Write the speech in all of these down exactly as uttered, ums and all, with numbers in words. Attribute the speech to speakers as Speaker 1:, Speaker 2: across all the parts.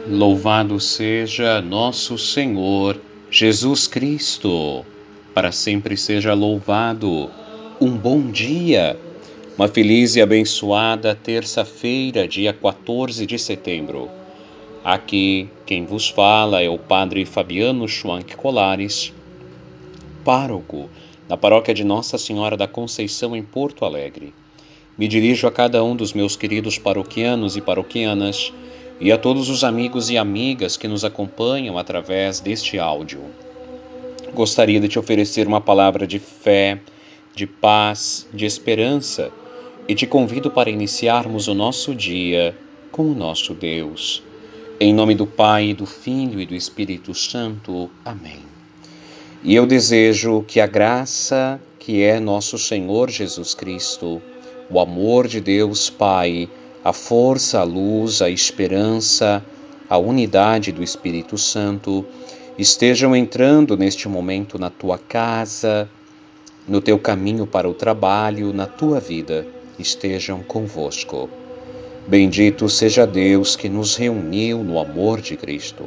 Speaker 1: Louvado seja nosso Senhor Jesus Cristo, para sempre seja louvado. Um bom dia, uma feliz e abençoada terça-feira, dia quatorze de setembro. Aqui quem vos fala é o Padre Fabiano Schwank Colares, pároco da paróquia de Nossa Senhora da Conceição em Porto Alegre. Me dirijo a cada um dos meus queridos paroquianos e paroquianas e a todos os amigos e amigas que nos acompanham através deste áudio. Gostaria de te oferecer uma palavra de fé, de paz, de esperança e te convido para iniciarmos o nosso dia com o nosso Deus. Em nome do Pai, do Filho e do Espírito Santo. Amém. E eu desejo que a graça que é nosso Senhor Jesus Cristo, o amor de Deus Pai, a força, a luz, a esperança, a unidade do Espírito Santo estejam entrando neste momento na tua casa, no teu caminho para o trabalho, na tua vida, estejam convosco. Bendito seja Deus que nos reuniu no amor de Cristo.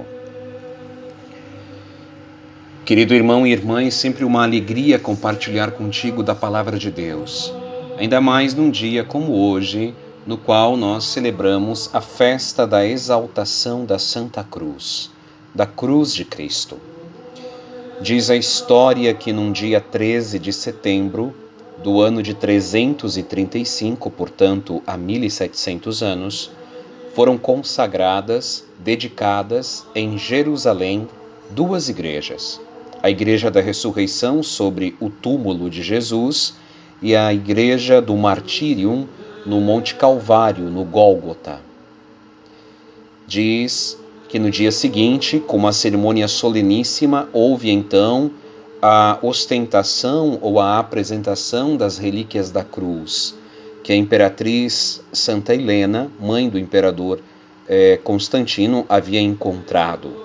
Speaker 1: Querido irmão e irmã, é sempre uma alegria compartilhar contigo da Palavra de Deus. Ainda mais num dia como hoje, no qual nós celebramos a festa da exaltação da Santa Cruz, da Cruz de Cristo. Diz a história que num dia treze de setembro do ano de trezentos e trinta e cinco, portanto há mil e setecentos anos, foram consagradas, dedicadas em Jerusalém, duas igrejas. A Igreja da Ressurreição sobre o túmulo de Jesus e a Igreja do Martírium no Monte Calvário, no Gólgota. Diz que no dia seguinte, com uma cerimônia soleníssima, houve então a ostentação ou a apresentação das relíquias da cruz, que a imperatriz Santa Helena, mãe do imperador eh, Constantino, havia encontrado.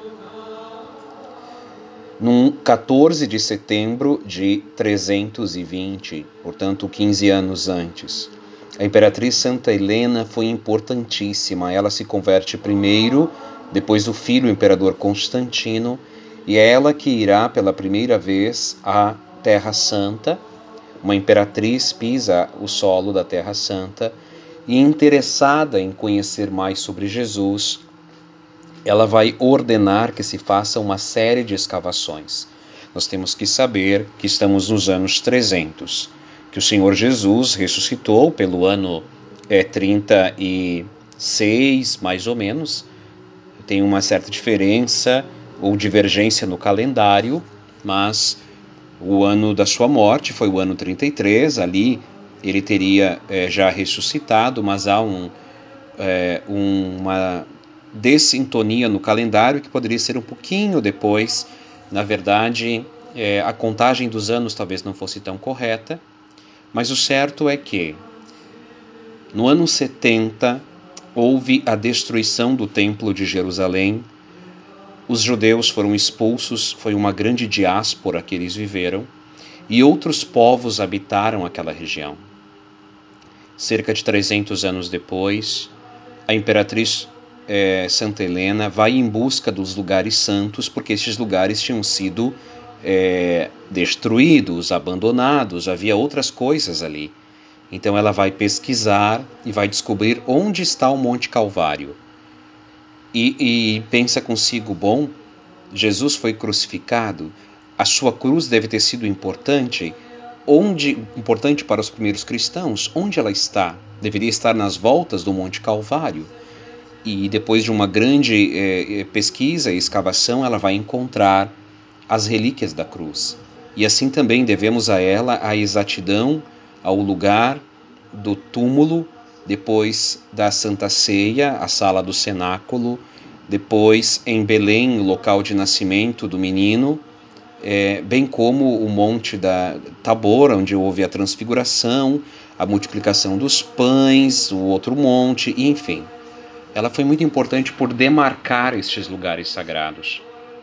Speaker 1: No quatorze de setembro de trezentos e vinte, portanto quinze anos antes. A imperatriz Santa Helena foi importantíssima. Ela se converte primeiro, depois do filho, o imperador Constantino, e é ela que irá pela primeira vez à Terra Santa. Uma imperatriz pisa o solo da Terra Santa e, interessada em conhecer mais sobre Jesus, ela vai ordenar que se faça uma série de escavações. Nós temos que saber que estamos nos anos trezentos, que o Senhor Jesus ressuscitou pelo ano é, trinta e seis, mais ou menos. Tem uma certa diferença ou divergência no calendário, mas o ano da sua morte foi o ano trinta e três, ali ele teria é, já ressuscitado, mas há um, é, uma dessintonia no calendário que poderia ser um pouquinho depois. Na verdade, é, a contagem dos anos talvez não fosse tão correta, mas o certo é que no ano setenta houve a destruição do Templo de Jerusalém. Os judeus foram expulsos, foi uma grande diáspora que eles viveram, e outros povos habitaram aquela região. Cerca de trezentos anos depois, a imperatriz é, Santa Helena vai em busca dos lugares santos, porque estes lugares tinham sido é, destruídos, abandonados, havia outras coisas ali. Então ela vai pesquisar e vai descobrir onde está o Monte Calvário. E, e pensa consigo, bom, Jesus foi crucificado, a sua cruz deve ter sido importante, onde, importante para os primeiros cristãos, onde ela está? Deveria estar nas voltas do Monte Calvário. E depois de uma grande eh, pesquisa e escavação, ela vai encontrar as relíquias da cruz. E assim também devemos a ela a exatidão, ao lugar do túmulo, depois da Santa Ceia, a sala do cenáculo, depois em Belém, o local de nascimento do menino, é, bem como o monte da Tabor, onde houve a transfiguração, a multiplicação dos pães, o outro monte, e enfim. Ela foi muito importante por demarcar estes lugares sagrados.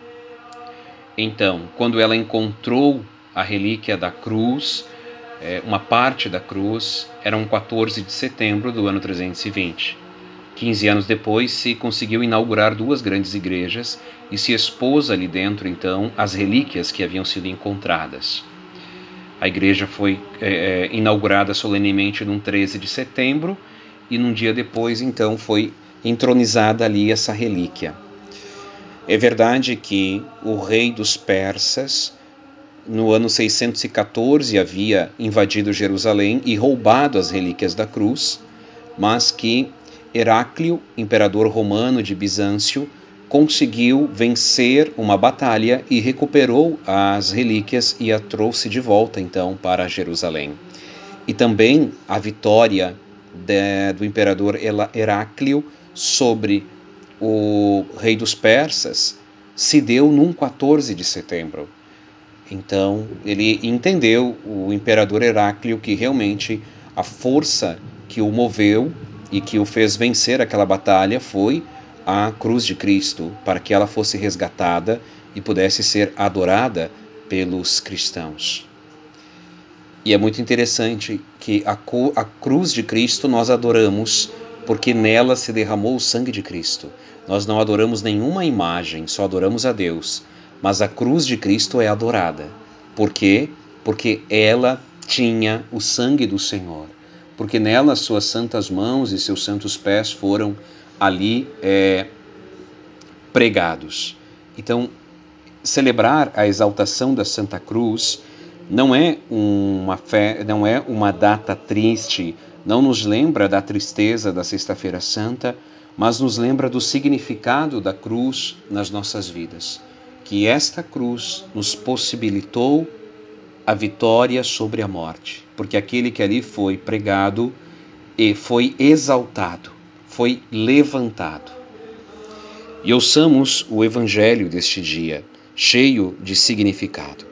Speaker 1: Então, quando ela encontrou a relíquia da cruz, uma parte da cruz, era um quatorze de setembro do ano trezentos e vinte. quinze anos depois, se conseguiu inaugurar duas grandes igrejas e se expôs ali dentro, então, as relíquias que haviam sido encontradas. A igreja foi é, inaugurada solenemente num treze de setembro e num dia depois, então, foi entronizada ali essa relíquia. É verdade que o rei dos persas, no ano seiscentos e quatorze, havia invadido Jerusalém e roubado as relíquias da cruz, mas que Heráclio, imperador romano de Bizâncio, conseguiu vencer uma batalha e recuperou as relíquias e a trouxe de volta, então, para Jerusalém. E também a vitória de, do imperador Heráclio sobre o rei dos persas se deu num quatorze de setembro. Então, ele entendeu, o imperador Heráclio, que realmente a força que o moveu e que o fez vencer aquela batalha foi a cruz de Cristo, para que ela fosse resgatada e pudesse ser adorada pelos cristãos. E é muito interessante que a, a cruz de Cristo nós adoramos porque nela se derramou o sangue de Cristo. Nós não adoramos nenhuma imagem, só adoramos a Deus. Mas a cruz de Cristo é adorada. Por quê? Porque ela tinha o sangue do Senhor. Porque nela suas santas mãos e seus santos pés foram ali é, pregados. Então, celebrar a exaltação da Santa Cruz não é uma fé, não é uma data triste, não nos lembra da tristeza da Sexta-feira Santa, mas nos lembra do significado da cruz nas nossas vidas. Que esta cruz nos possibilitou a vitória sobre a morte, porque aquele que ali foi pregado e foi exaltado, foi levantado. E ouçamos o Evangelho deste dia, cheio de significado.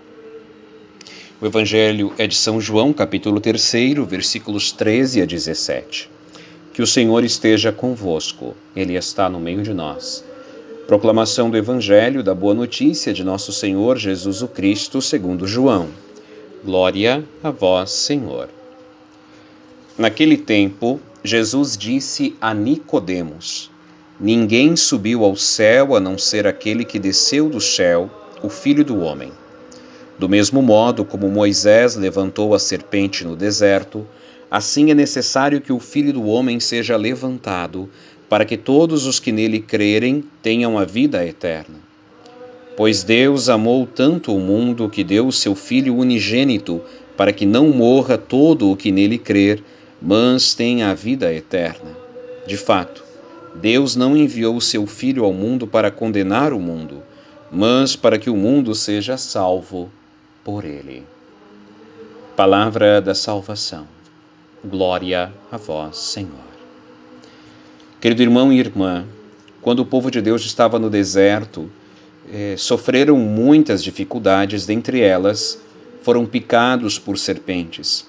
Speaker 1: O Evangelho é de São João, capítulo três, versículos treze a dezessete. Que o Senhor esteja convosco, Ele está no meio de nós. Proclamação do Evangelho da Boa Notícia de nosso Senhor Jesus o Cristo, segundo João. Glória a vós, Senhor. Naquele tempo, Jesus disse a Nicodemos: Ninguém subiu ao céu a não ser aquele que desceu do céu, o Filho do Homem. Do mesmo modo como Moisés levantou a serpente no deserto, assim é necessário que o Filho do Homem seja levantado, para que todos os que nele crerem tenham a vida eterna. Pois Deus amou tanto o mundo que deu o seu Filho unigênito, para que não morra todo o que nele crer, mas tenha a vida eterna. De fato, Deus não enviou o seu Filho ao mundo para condenar o mundo, mas para que o mundo seja salvo por ele. Palavra da salvação. Glória a vós, Senhor. Querido irmão e irmã, quando o povo de Deus estava no deserto, eh, sofreram muitas dificuldades, dentre elas foram picados por serpentes.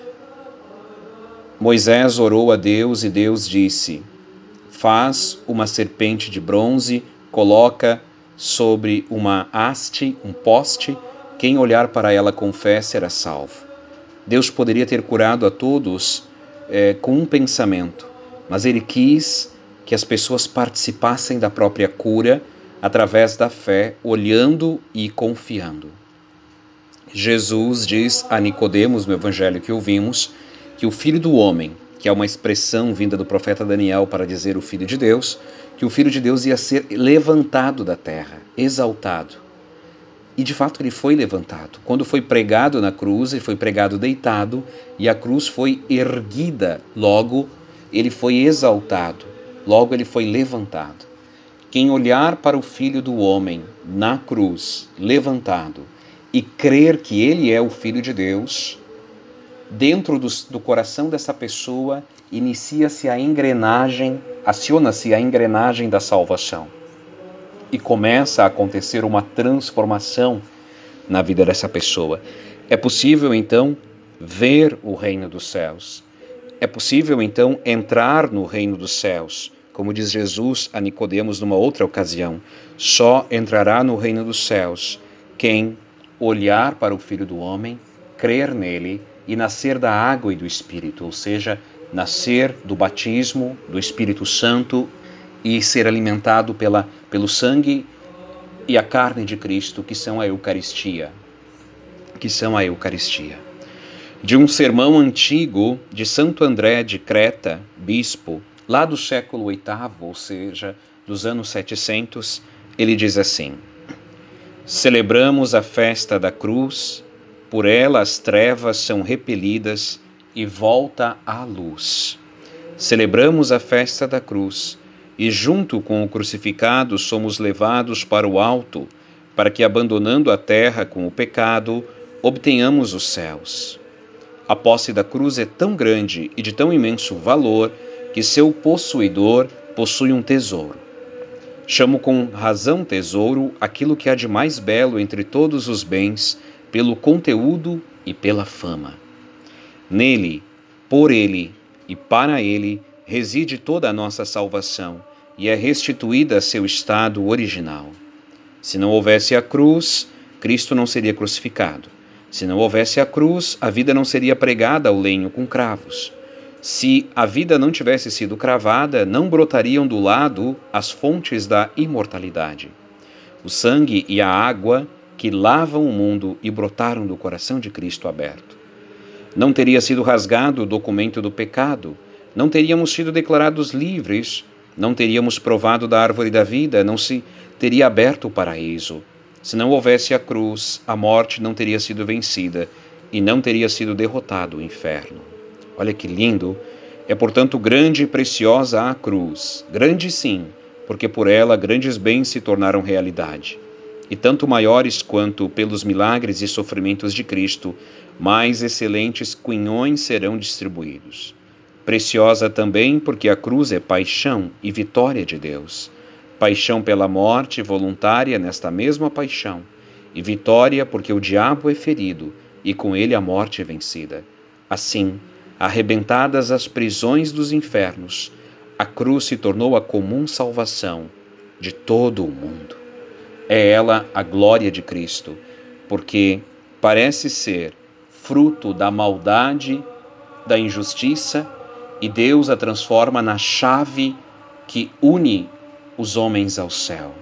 Speaker 1: Moisés orou a Deus e Deus disse: Faz uma serpente de bronze, coloca sobre uma haste, um poste, quem olhar para ela com fé será salvo. Deus poderia ter curado a todos é, com um pensamento, mas Ele quis que as pessoas participassem da própria cura através da fé, olhando e confiando. Jesus diz a Nicodemos, no evangelho que ouvimos, que o Filho do Homem, que é uma expressão vinda do profeta Daniel para dizer o Filho de Deus, que o Filho de Deus ia ser levantado da terra, exaltado. E de fato ele foi levantado. Quando foi pregado na cruz, ele foi pregado deitado e a cruz foi erguida. Logo, ele foi exaltado. Logo, ele foi levantado. Quem olhar para o Filho do Homem na cruz, levantado, e crer que ele é o Filho de Deus, dentro do, do coração dessa pessoa inicia-se a engrenagem, aciona-se a engrenagem da salvação. E começa a acontecer uma transformação na vida dessa pessoa. É possível, então, ver o reino dos céus. É possível, então, entrar no reino dos céus. Como diz Jesus a Nicodemos numa outra ocasião, só entrará no reino dos céus quem olhar para o Filho do Homem, crer nele e nascer da água e do Espírito, ou seja, nascer do batismo do Espírito Santo e ser alimentado pela, pelo sangue e a carne de Cristo, que são a Eucaristia, que são a Eucaristia. De um sermão antigo de Santo André de Creta, bispo, lá do século oitavo, ou seja, dos anos setecentos, ele diz assim: celebramos a festa da cruz, por ela as trevas são repelidas e volta à luz. Celebramos a festa da cruz e, junto com o crucificado, somos levados para o alto, para que, abandonando a terra com o pecado, obtenhamos os céus. A posse da cruz é tão grande e de tão imenso valor que seu possuidor possui um tesouro. Chamo com razão tesouro aquilo que há de mais belo entre todos os bens, pelo conteúdo e pela fama. Nele, por ele e para ele reside toda a nossa salvação e é restituída a seu estado original. Se não houvesse a cruz, Cristo não seria crucificado. Se não houvesse a cruz, a vida não seria pregada ao lenho com cravos. Se a vida não tivesse sido cravada, não brotariam do lado as fontes da imortalidade. O sangue e a água que lavam o mundo e brotaram do coração de Cristo aberto. Não teria sido rasgado o documento do pecado, não teríamos sido declarados livres, não teríamos provado da árvore da vida, não se teria aberto o paraíso. Se não houvesse a cruz, a morte não teria sido vencida e não teria sido derrotado o inferno. Olha que lindo! É, portanto, grande e preciosa a cruz. Grande sim, porque por ela grandes bens se tornaram realidade. E tanto maiores quanto pelos milagres e sofrimentos de Cristo, mais excelentes quinhões serão distribuídos. Preciosa também porque a cruz é paixão e vitória de Deus. Paixão pela morte voluntária nesta mesma paixão, e vitória porque o diabo é ferido e com ele a morte é vencida. Assim, arrebentadas as prisões dos infernos, a cruz se tornou a comum salvação de todo o mundo. É ela a glória de Cristo, porque parece ser fruto da maldade, da injustiça, e Deus a transforma na chave que une os homens ao céu.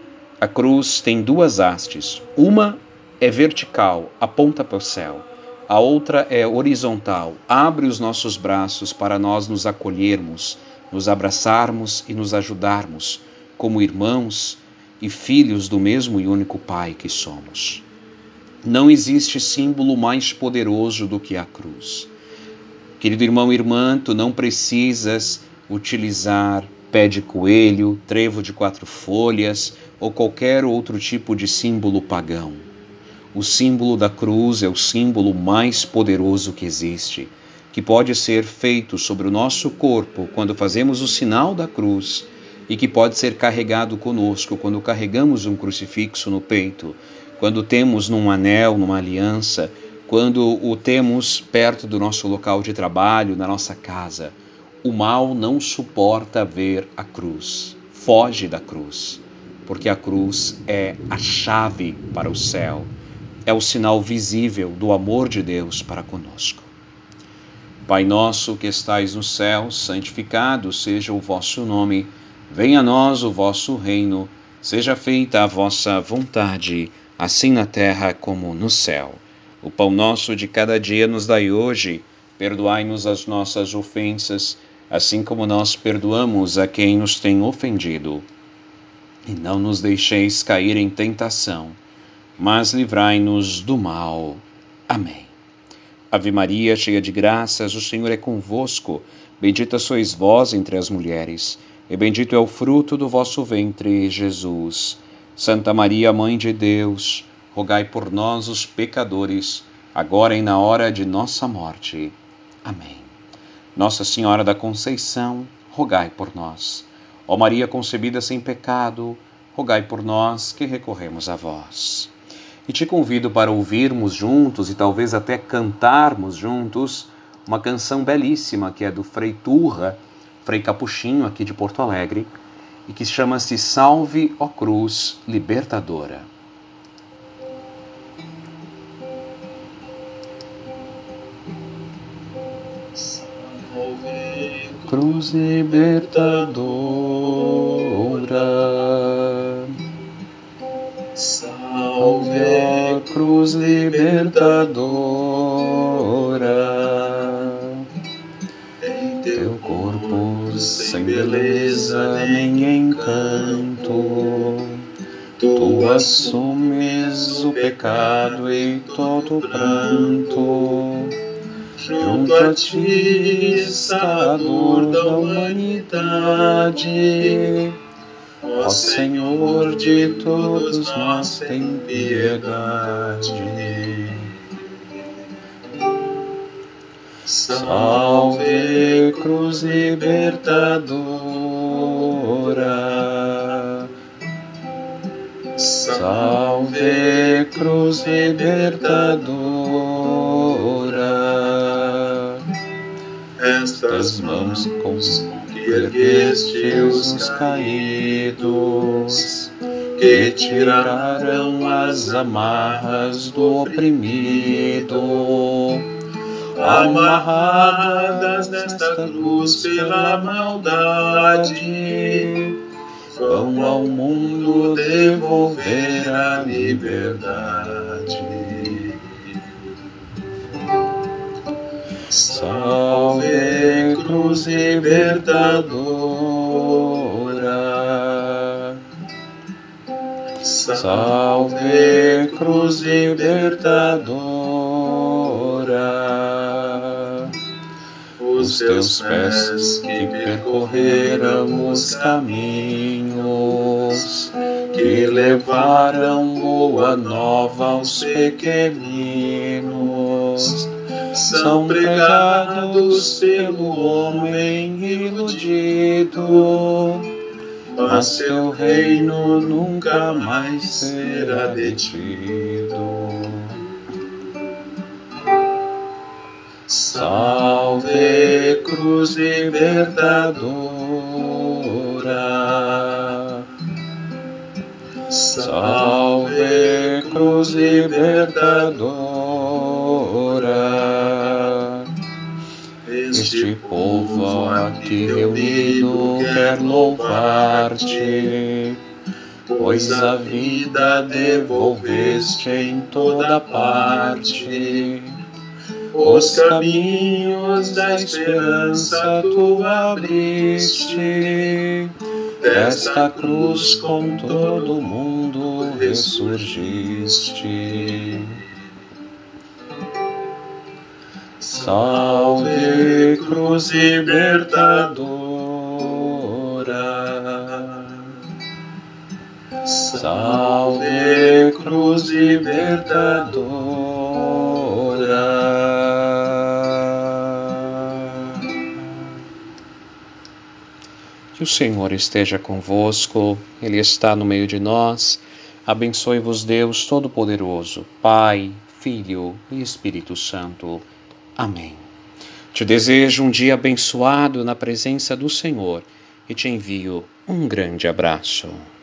Speaker 1: A cruz tem duas hastes. Uma é vertical, aponta para o céu. A outra é horizontal, abre os nossos braços para nós nos acolhermos, nos abraçarmos e nos ajudarmos, como irmãos e filhos do mesmo e único Pai que somos. Não existe símbolo mais poderoso do que a cruz. Querido irmão e irmã, tu não precisas utilizar pé de coelho, trevo de quatro folhas ou qualquer outro tipo de símbolo pagão. O símbolo da cruz é o símbolo mais poderoso que existe, que pode ser feito sobre o nosso corpo quando fazemos o sinal da cruz e que pode ser carregado conosco quando carregamos um crucifixo no peito, quando temos num anel, numa aliança, quando o temos perto do nosso local de trabalho, na nossa casa. O mal não suporta ver a cruz, foge da cruz, porque a cruz é a chave para o céu, é o sinal visível do amor de Deus para conosco. Pai nosso que estais no céu, santificado seja o vosso nome, venha a nós o vosso reino, seja feita a vossa vontade, assim na terra como no céu. O pão nosso de cada dia nos dai hoje, perdoai-nos as nossas ofensas, assim como nós perdoamos a quem nos tem ofendido. E não nos deixeis cair em tentação, mas livrai-nos do mal. Amém. Ave Maria, cheia de graças, o Senhor é convosco. Bendita sois vós entre as mulheres, e bendito é o fruto do vosso ventre, Jesus. Santa Maria, Mãe de Deus, rogai por nós, os pecadores, agora e na hora de nossa morte. Amém. Nossa Senhora da Conceição, rogai por nós. Ó Maria concebida sem pecado, rogai por nós que recorremos a vós. E te convido para ouvirmos juntos e talvez até cantarmos juntos uma canção belíssima que é do Frei Turra, Frei Capuchinho aqui de Porto Alegre, e que chama-se Salve, ó Cruz Libertadora.
Speaker 2: Salve
Speaker 1: cruz libertadora. Salve a cruz libertadora. Em teu corpo sem beleza nem encanto, tu assumes o pecado e todo pranto. Junto a ti está a dor da humanidade. Ó Senhor de todos nós, tem piedade. Salve cruz libertadora. Salve cruz libertadora. Estas mãos com que ergueste os caídos, que tiraram as amarras do oprimido, amarradas nesta cruz pela maldade, vão ao mundo devolver a liberdade. Salve cruz libertadora. Salve cruz libertadora. Os teus pés que percorreram os caminhos, que levaram boa nova aos pequeninos, são pregados pelo homem iludido, mas teu reino nunca mais será detido. Salve cruz libertadora. Salve cruz libertadora. Este povo aqui reunido quer louvar-te, pois a vida devolveste em toda parte. Os caminhos da esperança tu abriste, desta cruz com todo mundo ressurgiste. Salve cruz libertadora. Salve cruz libertadora. Que o Senhor esteja convosco, Ele está no meio de nós. Abençoe-vos Deus Todo-Poderoso, Pai, Filho e Espírito Santo. Amém. Te desejo um dia abençoado na presença do Senhor e te envio um grande abraço.